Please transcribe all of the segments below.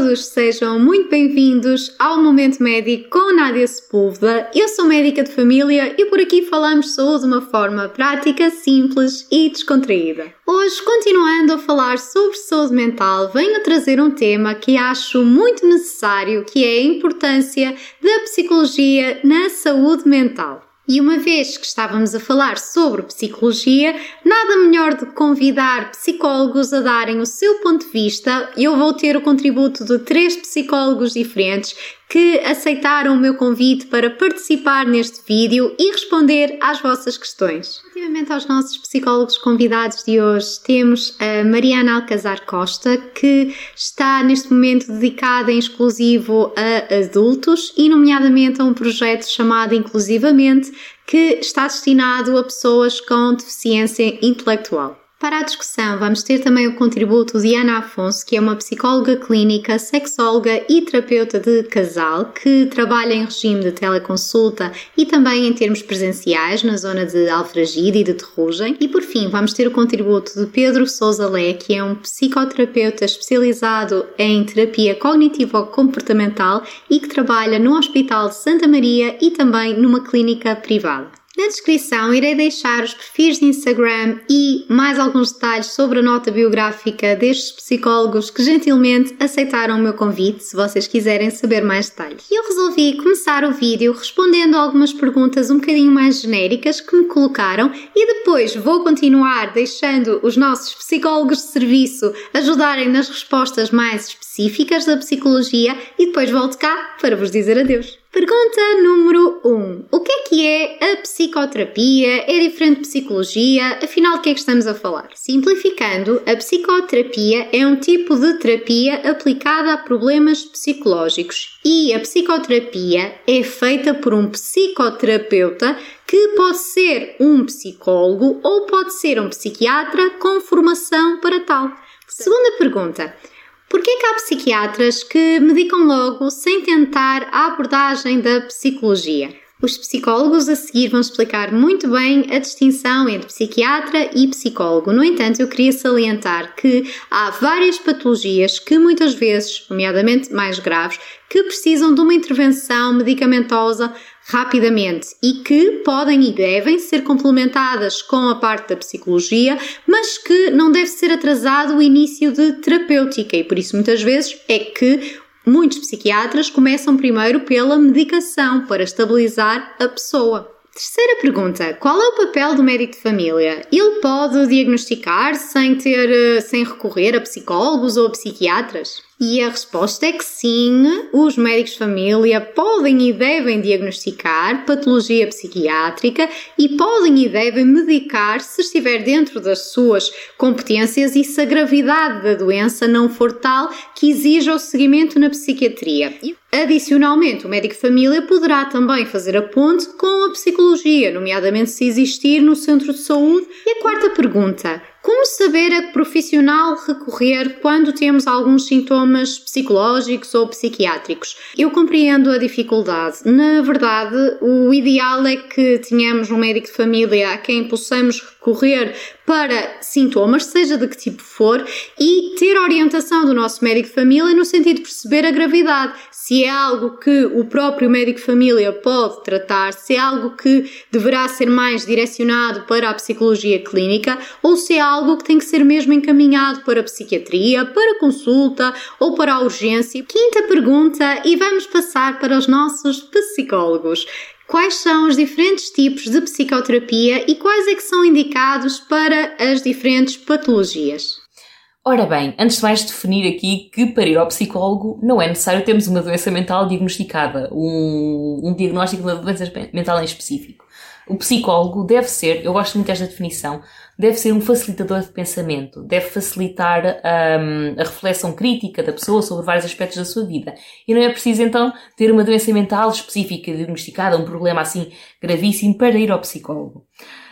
todos, sejam muito bem-vindos ao Momento Médico com Nádia Sepúlveda. Eu sou médica de família e por aqui falamos de saúde de uma forma prática, simples e descontraída. Hoje, continuando a falar sobre saúde mental, venho trazer um tema que acho muito necessário, que é a importância da psicologia na saúde mental. E uma vez que estávamos a falar sobre psicologia, nada melhor do que convidar psicólogos a darem o seu ponto de vista. Eu vou ter o contributo de 3 psicólogos diferentes que aceitaram o meu convite para participar neste vídeo e responder às vossas questões. Relativamente aos nossos psicólogos convidados de hoje, temos a Mariana Alcazar Costa, que está neste momento dedicada em exclusivo a adultos e nomeadamente a um projeto chamado Inclusivamente, que está destinado a pessoas com deficiência intelectual. Para a discussão vamos ter também o contributo de Ana Afonso, que é uma psicóloga clínica, sexóloga e terapeuta de casal, que trabalha em regime de teleconsulta e também em termos presenciais na zona de Alfragide e de Terrugem. E por fim vamos ter o contributo de Pedro Sousa Lé, que é um psicoterapeuta especializado em terapia cognitivo-comportamental e que trabalha no Hospital de Santa Maria e também numa clínica privada. Na descrição irei deixar os perfis de Instagram e mais alguns detalhes sobre a nota biográfica destes psicólogos que gentilmente aceitaram o meu convite, se vocês quiserem saber mais detalhes. Eu resolvi começar o vídeo respondendo a algumas perguntas um bocadinho mais genéricas que me colocaram e depois vou continuar deixando os nossos psicólogos de serviço ajudarem nas respostas mais específicas da psicologia e depois volto cá para vos dizer adeus. Pergunta número 1. O que é a psicoterapia? É diferente de psicologia? Afinal, de que é que estamos a falar? Simplificando, a psicoterapia é um tipo de terapia aplicada a problemas psicológicos e a psicoterapia é feita por um psicoterapeuta que pode ser um psicólogo ou pode ser um psiquiatra com formação para tal. Segunda pergunta. Por que há psiquiatras que medicam logo sem tentar a abordagem da psicologia? Os psicólogos a seguir vão explicar muito bem a distinção entre psiquiatra e psicólogo. No entanto, eu queria salientar que há várias patologias que muitas vezes, nomeadamente mais graves, que precisam de uma intervenção medicamentosa rapidamente e que podem e devem ser complementadas com a parte da psicologia, mas que não deve ser atrasado o início de terapêutica e por isso muitas vezes é que muitos psiquiatras começam primeiro pela medicação para estabilizar a pessoa. Terceira pergunta. Qual é o papel do médico de família? Ele pode diagnosticar sem recorrer a psicólogos ou a psiquiatras? E a resposta é que sim, os médicos de família podem e devem diagnosticar patologia psiquiátrica e podem e devem medicar se estiver dentro das suas competências e se a gravidade da doença não for tal que exija o seguimento na psiquiatria. Adicionalmente, o médico de família poderá também fazer a ponte com a psicologia, nomeadamente se existir no centro de saúde. E a quarta pergunta. Como saber a que profissional recorrer quando temos alguns sintomas psicológicos ou psiquiátricos? Eu compreendo a dificuldade. Na verdade, o ideal é que tenhamos um médico de família a quem possamos recorrer para sintomas, seja de que tipo for, e ter a orientação do nosso médico de família no sentido de perceber a gravidade. Se é algo que o próprio médico de família pode tratar, se é algo que deverá ser mais direcionado para a psicologia clínica ou se é algo que tem que ser mesmo encaminhado para a psiquiatria, para a consulta ou para a urgência. Quinta pergunta e vamos passar para os nossos psicólogos. Quais são os diferentes tipos de psicoterapia e quais é que são indicados para as diferentes patologias? Ora bem, antes de mais definir aqui que para ir ao psicólogo não é necessário termos uma doença mental diagnosticada, um diagnóstico de uma doença mental em específico. O psicólogo deve ser, eu gosto muito desta definição, deve ser um facilitador de pensamento, deve facilitar a reflexão crítica da pessoa sobre vários aspectos da sua vida. E não é preciso então ter uma doença mental específica, diagnosticada, um problema assim gravíssimo para ir ao psicólogo.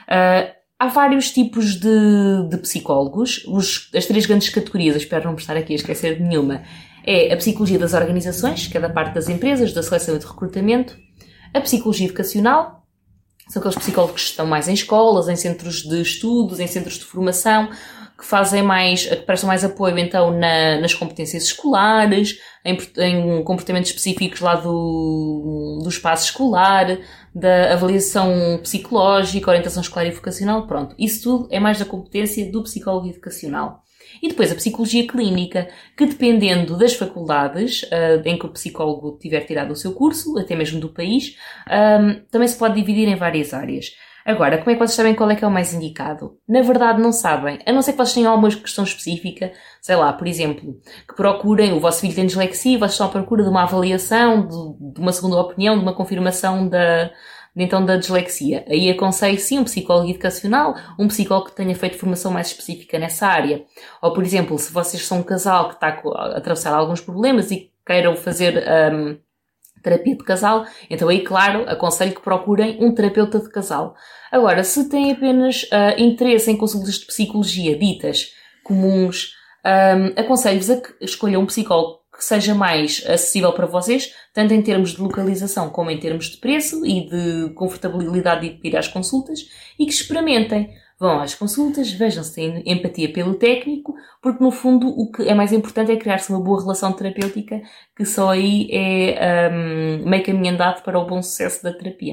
Há vários tipos de psicólogos. As 3 grandes categorias, eu espero não me estar aqui a esquecer de nenhuma, é a psicologia das organizações, que é da parte das empresas, da seleção e de recrutamento, a psicologia educacional, são aqueles psicólogos que estão mais em escolas, em centros de estudos, em centros de formação, que prestam mais apoio então nas competências escolares, em comportamentos específicos lá do espaço escolar, da avaliação psicológica, orientação escolar e vocacional, pronto. Isso tudo é mais da competência do psicólogo educacional. E depois a psicologia clínica, que dependendo das faculdades em que o psicólogo tiver tirado o seu curso, até mesmo do país, também se pode dividir em várias áreas. Agora, como é que vocês sabem qual é que é o mais indicado? Na verdade não sabem, a não ser que vocês tenham alguma questão específica, sei lá, por exemplo, que procurem, o vosso filho tem dislexia e vocês estão à procura de uma avaliação, de uma segunda opinião, de uma confirmação da dislexia. Aí aconselho sim um psicólogo educacional, um psicólogo que tenha feito formação mais específica nessa área. Ou, por exemplo, se vocês são um casal que está a atravessar alguns problemas e queiram fazer terapia de casal, então aí, claro, aconselho que procurem um terapeuta de casal. Agora, se têm apenas interesse em consultas de psicologia ditas comuns, aconselho-vos a que escolham um psicólogo que seja mais acessível para vocês, tanto em termos de localização como em termos de preço e de confortabilidade de ir às consultas, e que experimentem. Vão às consultas, vejam se têm empatia pelo técnico, porque no fundo o que é mais importante é criar-se uma boa relação terapêutica, que só aí é meio caminho andado para o bom sucesso da terapia.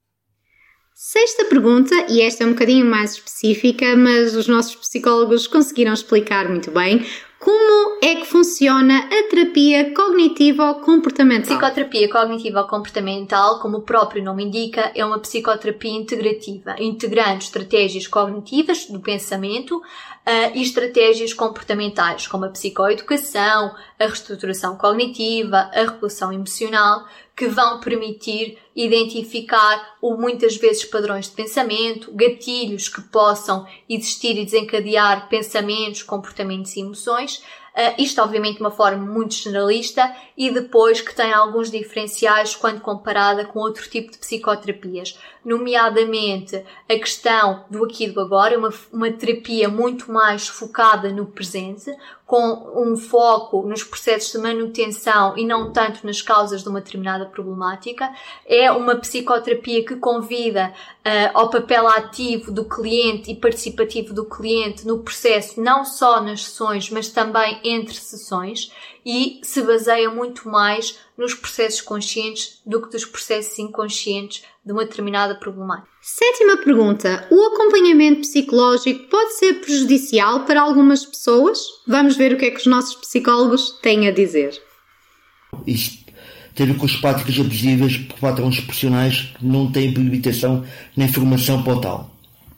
Sexta pergunta, e esta é um bocadinho mais específica, mas os nossos psicólogos conseguiram explicar muito bem. Como é que funciona a terapia cognitivo-comportamental? Psicoterapia cognitivo-comportamental, como o próprio nome indica, é uma psicoterapia integrativa, integrando estratégias cognitivas do pensamento e estratégias comportamentais, como a psicoeducação, a reestruturação cognitiva, a regulação emocional, que vão permitir identificar muitas vezes padrões de pensamento, gatilhos que possam existir e desencadear pensamentos, comportamentos e emoções. Isto obviamente de uma forma muito generalista e depois que tem alguns diferenciais quando comparada com outro tipo de psicoterapias, nomeadamente a questão do aqui e do agora, uma terapia muito mais focada no presente, com um foco nos processos de manutenção e não tanto nas causas de uma determinada problemática. É uma psicoterapia que convida ao papel ativo do cliente e participativo do cliente no processo, não só nas sessões, mas também entre sessões, e se baseia muito mais nos processos conscientes do que dos processos inconscientes de uma determinada problemática. Sétima pergunta. O acompanhamento psicológico pode ser prejudicial para algumas pessoas? Vamos ver o que é que os nossos psicólogos têm a dizer. Isto tem a ver com as práticas abusivas por patrões profissionais que não têm habilitação nem formação para o tal.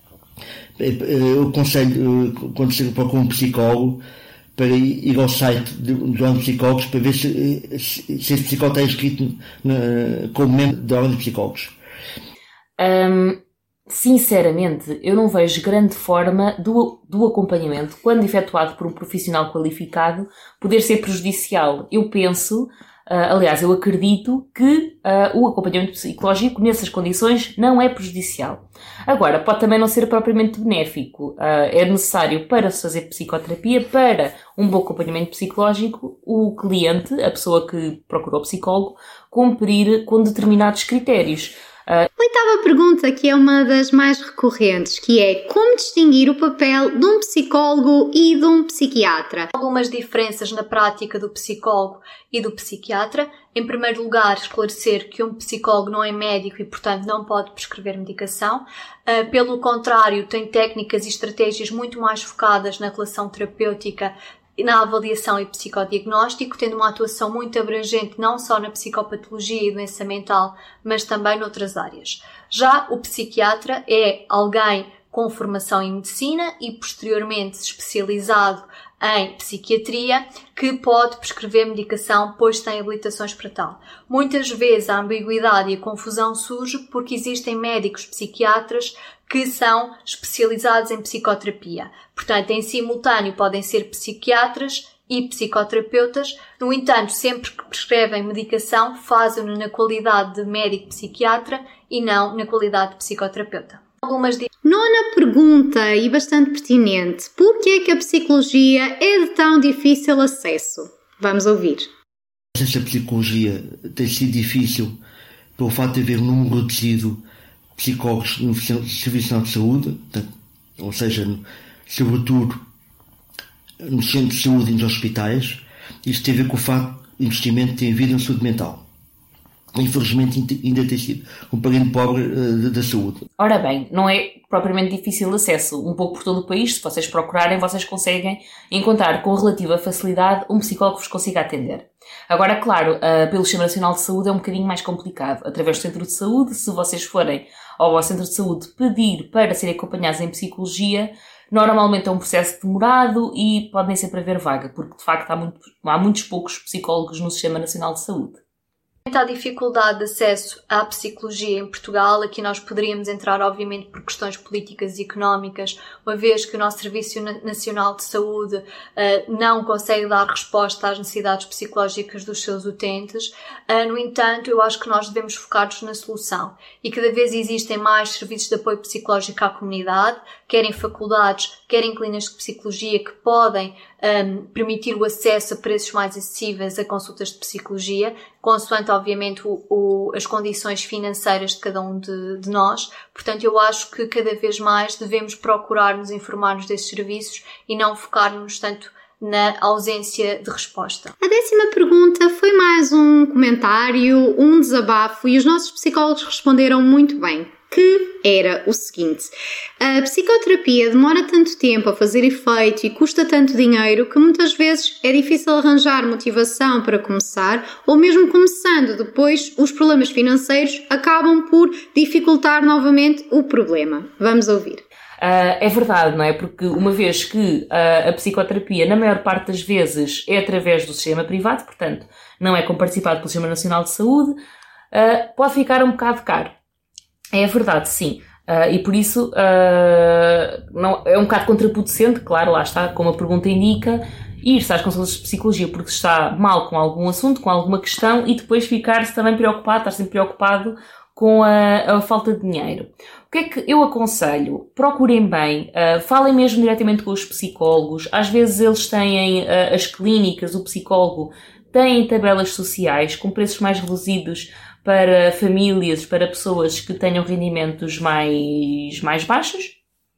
Eu aconselho, quando se procura um psicólogo, para ir ao site dos psicólogos para ver se esse psicólogo está inscrito como membro da ordem de psicólogos. Sinceramente, eu não vejo grande forma do acompanhamento, quando efetuado por um profissional qualificado, poder ser prejudicial. Eu penso, aliás, eu acredito que o acompanhamento psicológico nessas condições não é prejudicial. Agora, pode também não ser propriamente benéfico. É necessário, para se fazer psicoterapia, para um bom acompanhamento psicológico, o cliente, a pessoa que procura o psicólogo, cumprir com determinados critérios. Oitava pergunta, que é uma das mais recorrentes, que é: como distinguir o papel de um psicólogo e de um psiquiatra? Algumas diferenças na prática do psicólogo e do psiquiatra. Em primeiro lugar, esclarecer que um psicólogo não é médico e, portanto, não pode prescrever medicação. Pelo contrário, tem técnicas e estratégias muito mais focadas na relação terapêutica, na avaliação e psicodiagnóstico, tendo uma atuação muito abrangente não só na psicopatologia e doença mental, mas também noutras áreas. Já o psiquiatra é alguém com formação em medicina e posteriormente especializado em psiquiatria, que pode prescrever medicação, pois tem habilitações para tal. Muitas vezes a ambiguidade e a confusão surge porque existem médicos psiquiatras que são especializados em psicoterapia. Portanto, em simultâneo podem ser psiquiatras e psicoterapeutas. No entanto, sempre que prescrevem medicação, fazem-no na qualidade de médico psiquiatra e não na qualidade de psicoterapeuta. Nona pergunta, e bastante pertinente: por que é que a psicologia é de tão difícil acesso? Vamos ouvir. Essa psicologia tem sido difícil pelo facto de haver um número reduzido de psicólogos no Serviço Nacional de Saúde, ou seja, sobretudo nos centros de saúde e nos hospitais. Isto tem a ver com o facto de investimento ter havido em saúde mental. Infelizmente ainda tem sido um parente pobre da saúde. Ora bem, não é propriamente difícil de acesso. Um pouco por todo o país, se vocês procurarem, vocês conseguem encontrar com relativa facilidade um psicólogo que vos consiga atender. Agora, claro, pelo Sistema Nacional de Saúde é um bocadinho mais complicado. Através do Centro de Saúde, se vocês forem ao Centro de Saúde pedir para serem acompanhados em psicologia, normalmente é um processo demorado e pode nem sempre haver vaga, porque de facto há muitos poucos psicólogos no Sistema Nacional de Saúde. Quanto à dificuldade de acesso à psicologia em Portugal, aqui nós poderíamos entrar, obviamente, por questões políticas e económicas, uma vez que o nosso Serviço Nacional de Saúde não consegue dar resposta às necessidades psicológicas dos seus utentes. No entanto, eu acho que nós devemos focar-nos na solução. E cada vez existem mais serviços de apoio psicológico à comunidade, quer em faculdades, quer em clínicas de psicologia, que podem permitir o acesso a preços mais acessíveis a consultas de psicologia, consoante, obviamente, as condições financeiras de cada um de nós. Portanto, eu acho que cada vez mais devemos procurar nos informarmos desses serviços e não focar-nos tanto na ausência de resposta. A 10ª pergunta foi mais um comentário, um desabafo, e os nossos psicólogos responderam muito bem, que era o seguinte: a psicoterapia demora tanto tempo a fazer efeito e custa tanto dinheiro que muitas vezes é difícil arranjar motivação para começar, ou mesmo começando depois, os problemas financeiros acabam por dificultar novamente o problema. Vamos ouvir. É verdade, não é? Porque uma vez que a psicoterapia, na maior parte das vezes, é através do sistema privado, portanto, não é comparticipado pelo Sistema Nacional de Saúde, pode ficar um bocado caro. É verdade, sim. E por isso não, é um bocado contraproducente, claro, lá está, como a pergunta indica, ir-se às consultas de psicologia porque está mal com algum assunto, com alguma questão, e depois ficar-se também preocupado, estar sempre preocupado com a falta de dinheiro. O que é que eu aconselho? Procurem bem, falem mesmo diretamente com os psicólogos. Às vezes eles têm, as clínicas, o psicólogo, têm tabelas sociais com preços mais reduzidos para famílias, para pessoas que tenham rendimentos mais baixos.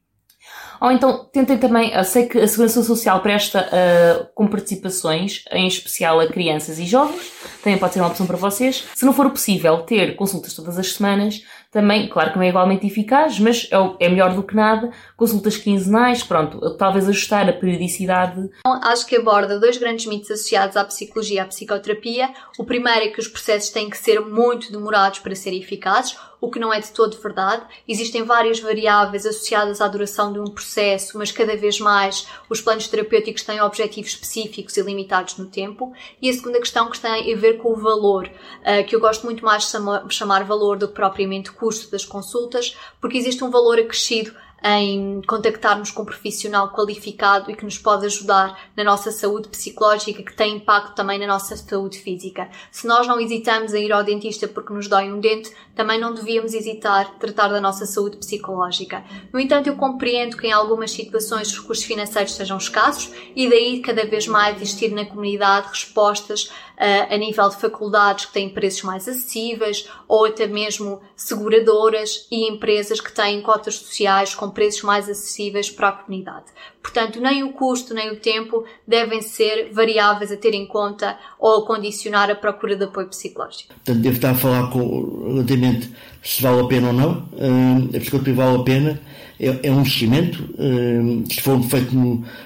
Ou então tentem também, eu sei que a Segurança Social presta com participações, em especial a crianças e jovens, também pode ser uma opção para vocês. Se não for possível ter consultas todas as semanas, também, claro que não é igualmente eficaz, mas é melhor do que nada, consultas quinzenais, pronto, talvez ajustar a periodicidade. Acho que aborda 2 grandes mitos associados à psicologia e à psicoterapia. O primeiro é que os processos têm que ser muito demorados para serem eficazes, o que não é de todo verdade. Existem várias variáveis associadas à duração de um processo, mas cada vez mais os planos terapêuticos têm objetivos específicos e limitados no tempo. E a segunda questão que tem a ver com o valor, que eu gosto muito mais de chamar valor do que propriamente custo das consultas, porque existe um valor acrescido em contactarmos com um profissional qualificado e que nos pode ajudar na nossa saúde psicológica, que tem impacto também na nossa saúde física. Se nós não hesitamos a ir ao dentista porque nos dói um dente, também não devíamos hesitar a tratar da nossa saúde psicológica. No entanto, eu compreendo que em algumas situações os recursos financeiros sejam escassos e daí cada vez mais existir na comunidade respostas a nível de faculdades que têm preços mais acessíveis, ou até mesmo seguradoras e empresas que têm cotas sociais com preços mais acessíveis para a comunidade. Portanto, nem o custo nem o tempo devem ser variáveis a ter em conta ou a condicionar a procura de apoio psicológico. Portanto, devo estar a falar relativamente se vale a pena ou não. A psicoterapia vale a pena. É um investimento. Se for feito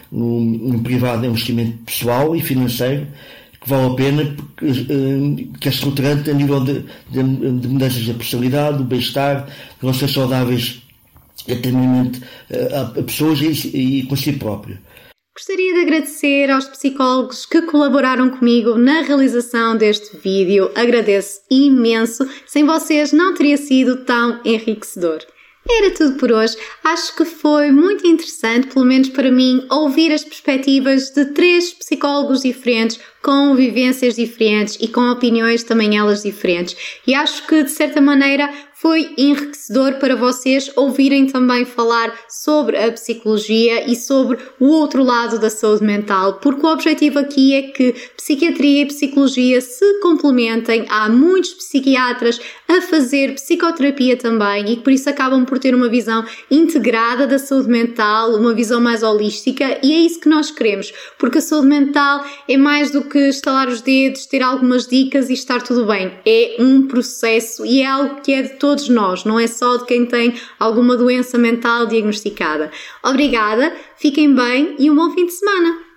no privado, é um investimento pessoal e financeiro que vale a pena, porque é estruturante a nível de mudanças da personalidade, do bem-estar, de relações saudáveis atendimento a pessoas e consigo próprio. Gostaria de agradecer aos psicólogos que colaboraram comigo na realização deste vídeo. Agradeço imenso. Sem vocês não teria sido tão enriquecedor. Era tudo por hoje. Acho que foi muito interessante, pelo menos para mim, ouvir as perspectivas de 3 psicólogos diferentes com vivências diferentes e com opiniões também elas diferentes. E acho que, de certa maneira, foi enriquecedor para vocês ouvirem também falar sobre a psicologia e sobre o outro lado da saúde mental, porque o objetivo aqui é que psiquiatria e psicologia se complementem. Há muitos psiquiatras a fazer psicoterapia também e que por isso acabam por ter uma visão integrada da saúde mental, uma visão mais holística, e é isso que nós queremos, porque a saúde mental é mais do que estalar os dedos, ter algumas dicas e estar tudo bem. É um processo e é algo que é de todos nós, não é só de quem tem alguma doença mental diagnosticada. Obrigada, fiquem bem e um bom fim de semana!